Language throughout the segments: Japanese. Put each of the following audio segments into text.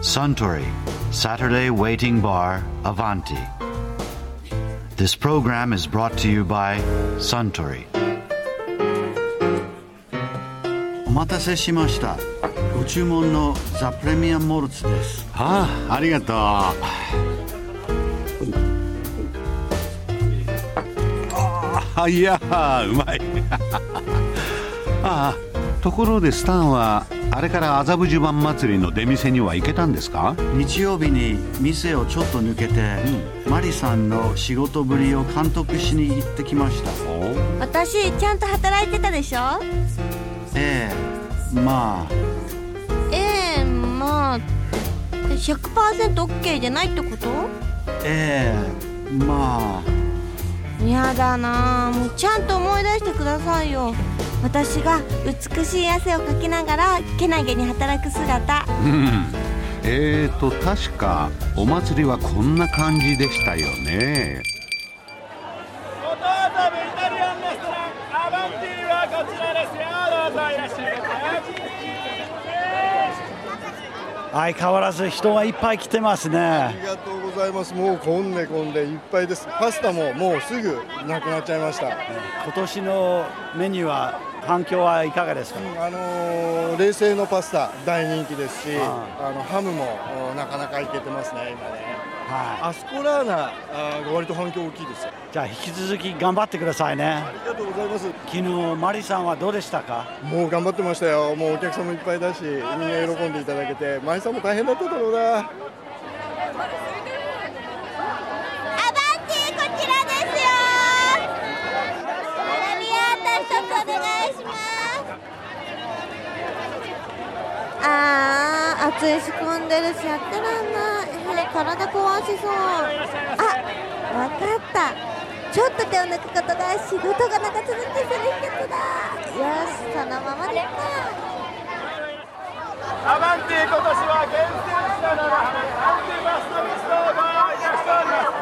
Suntory Saturday Waiting Bar Avanti. This program is brought to you by Suntory. お待たせしました。ご注文のザ・プレミアム・モルツです。 ありがとう。いやうまいところでスタンはあれから麻布十番祭りの出店には行けたんですか？ 日曜日に店をちょっと抜けて、マリさんの仕事ぶりを監督しに行ってきました。 私ちゃんと働いてたでしょ？ まあ 100% OK じゃないってこと？ まあやだな、もうちゃんと思い出してくださいよ。私が美しい汗をかきながらけなげに働く姿。 確かお祭りはこんな感じでしたよね。 ご当座イタリアンレストランアバンティはこちらですよ。どうぞいらっしゃいませ。 相変わらず人がいっぱい来てますね。 ありがとうございます。もう混んでいっぱいです。パスタももうすぐなくなっちゃいました。 今年のメニューは反響はいかがですか？ 冷製のパスタ大人気ですし、ハムもなかなかいけてますね今ね。アスコラーナが割と反響大きいですよ。 じゃあ引き続き頑張ってくださいね。 ありがとうございます。 昨日マリさんはどうでしたか？ もう頑張ってましたよ。もうお客さんもいっぱいだし、みんな喜んでいただけて、マリさんも大変だっただろうな。 アバンティこちらですよ。アラビアータ一つお願いします。暑いし混んでるしやってらんない。体壊しそう。わかった。ちょっと手を抜くことが仕事が長続きする秘訣だ。よし、そのままでいっか。 アバンティ今年は厳選したのがアンティバストミストをご用意いたしております。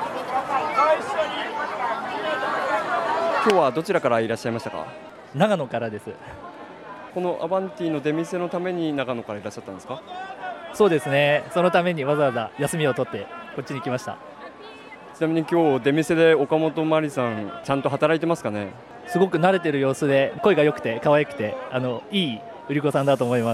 ご一緒に。 今日はどちらからいらっしゃいましたか？ 長野からです。 このアバンティの出店のために長野からいらっしゃったんですか？ そうですね、そのためにわざわざ休みを取ってこっちに来ました。 ちなみに今日出店で岡本真理さんちゃんと働いてますかね？ すごく慣れてる様子で声が良くて可愛くていい売り子さんだと思います。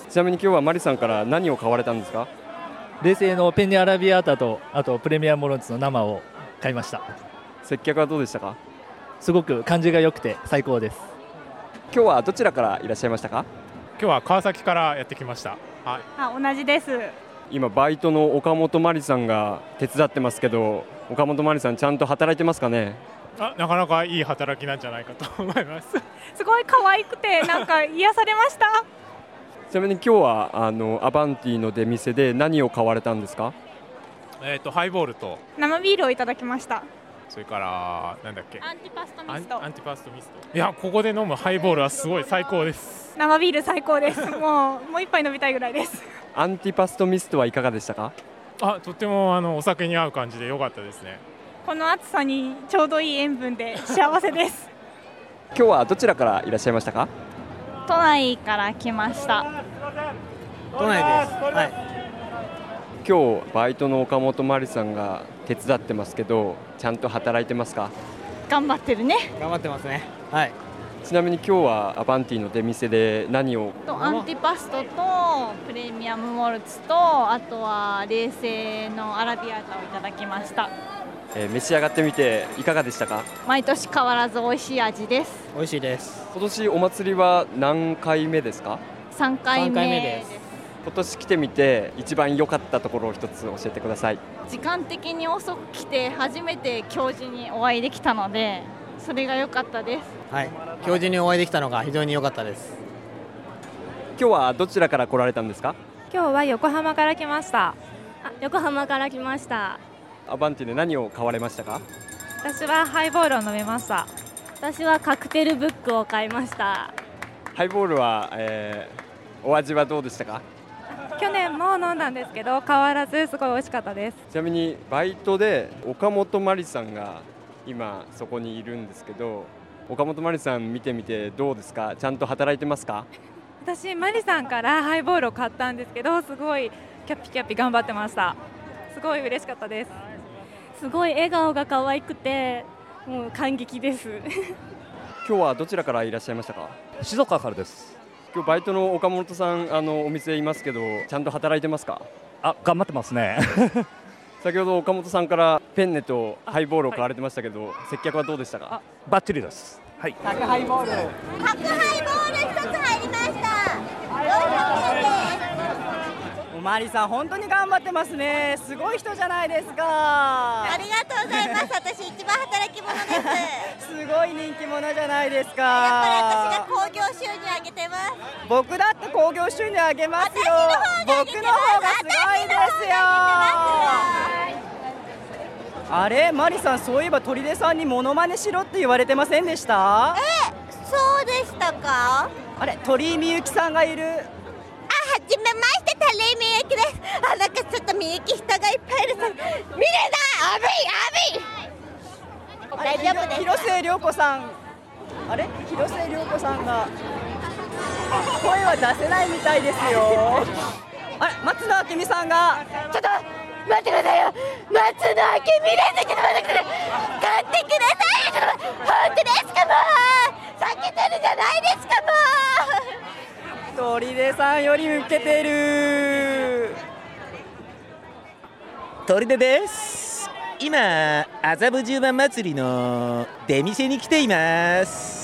ちなみに今日は真理さんから何を買われたんですか？ 冷製のペンネアラビアータとあとプレミアムモルツの生を買いました。 接客はどうでしたか？ すごく感じが良くて最高です。 今日はどちらからいらっしゃいましたか？ 今日は川崎からやってきました。 同じです。 今バイトの岡本真理さんが手伝ってますけど、岡本真理さんちゃんと働いてますかね？ なかなかいい働きなんじゃないかと思います。 すごい可愛くてなんか癒されました。 ちなみに今日はアバンティの出店で何を買われたんですか？ ハイボールと生ビールをいただきました。 それからなんだっけ、 アンティパストミスト。 アンティパストミスト。いや、ここで飲むハイボールはすごい最高です。 生ビール最高です。もう一杯飲みたいぐらいです。 アンティパストミストはいかがでしたか？ とってもお酒に合う感じで良かったですね。 この暑さにちょうどいい塩分で幸せです。 今日はどちらからいらっしゃいましたか？ 都内から来ました。 都内です。 今日バイトの岡本真理さんが手伝ってますけど、ちゃんと働いてますか？ 頑張ってるね。 頑張ってますね。 ちなみに今日はアバンティの出店で何を？ アンティパストとプレミアムモルツとあとは冷製のアラビアータをいただきました。 召し上がってみていかがでしたか？ 毎年変わらず美味しい味です。 美味しいです。 今年お祭りは何回目ですか ？3回目です。 今年来てみて一番良かったところを一つ教えてください。 時間的に遅く来て初めて教授にお会いできたのでそれが良かったです。 教授にお会いできたのが非常に良かったです。 今日はどちらから来られたんですか？ 今日は横浜から来ました。 横浜から来ました。 アバンティで何を買われましたか？ 私はハイボールを飲みました。 私はカクテルブックを買いました。 ハイボールは、お味はどうでしたか？ 去年も飲んだんですけど変わらずすごい美味しかったです。 ちなみにバイトで岡本真理さんが今そこにいるんですけど、岡本真理さん見てみてどうですか？ちゃんと働いてますか？ 私マリさんからハイボールを買ったんですけどすごいキャピキャピ頑張ってました。すごい嬉しかったです。 すごい笑顔が可愛くてもう感激です。 今日はどちらからいらっしゃいましたか？ 静岡からです。 今日バイトの岡本さんお店いますけどちゃんと働いてますか？ 頑張ってますね。 先ほど岡本さんからペンネとハイボールを買われてましたけど、接客はどうでしたか？ バッチリです。はい。 角ハイボール1つ入りました。 おまわりさん本当に頑張ってますね。すごい人じゃないですか。 ありがとうございます。私一番働き者です。 すごい人気者じゃないですか。 やっぱり私が興行収入上げてます。 僕だって興行収入上げますよ。僕の方がすごいですよ。あれ、マリさん、そういえば砦さんにモノマネしろって言われてませんでした？ そうでしたか？ あれ、鳥居みゆきさんがいる。 はじめまして、鳥居みゆきです。なんかちょっとみゆき人がいっぱいいるさ。見れない大丈夫です。 広末涼子さん。あれ、広末涼子さんが声は出せないみたいですよ。あれ、松野明美さんが。 ちょっと待ってくださいよ。松野明美です。ちょっと待ってください。買ってくださいよ。ちょっと本当ですか？もう避けてるじゃないですか。もう砦さんより受けてる。 砦です。今麻布十番祭りの出店に来ています。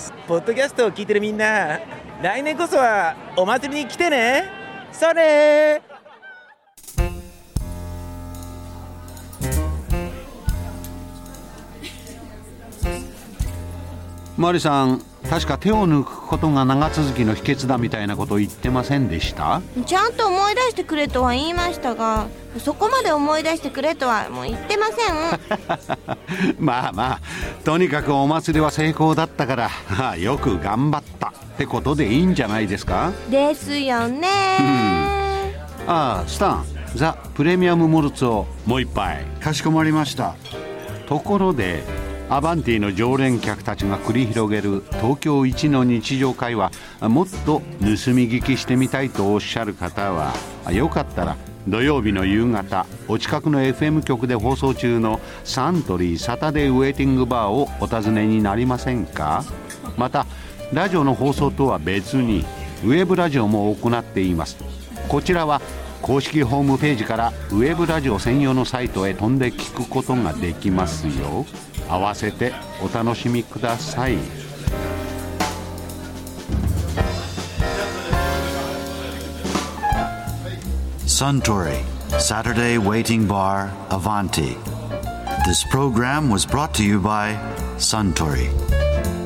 ポッドキャストを聞いてるみんな、来年こそはお祭りに来てね。それマリさん、確か手を抜くことが長続きの秘訣だみたいなこと言ってませんでした？ ちゃんと思い出してくれとは言いましたが、そこまで思い出してくれとはもう言ってません。 まあとにかくお祭りは成功だったからよく頑張ったってことでいいんじゃないですか？ ですよね。 スタン、ザ・プレミアムモルツをもう一杯。 かしこまりました。 ところでアバンティの常連客たちが繰り広げる東京一の日常会話、もっと盗み聞きしてみたいとおっしゃる方はよかったら土曜日の夕方お近くの FM 局で放送中のサントリーサタデーウェイティングバーをお尋ねになりませんか？またラジオの放送とは別にウェブラジオも行っています。こちらは公式ホームページからウェブラジオ専用のサイトへ飛んで聞くことができますよ。合わせてお楽しみください。 Suntory Saturday Waiting Bar Avanti. This program was brought to you by Suntory.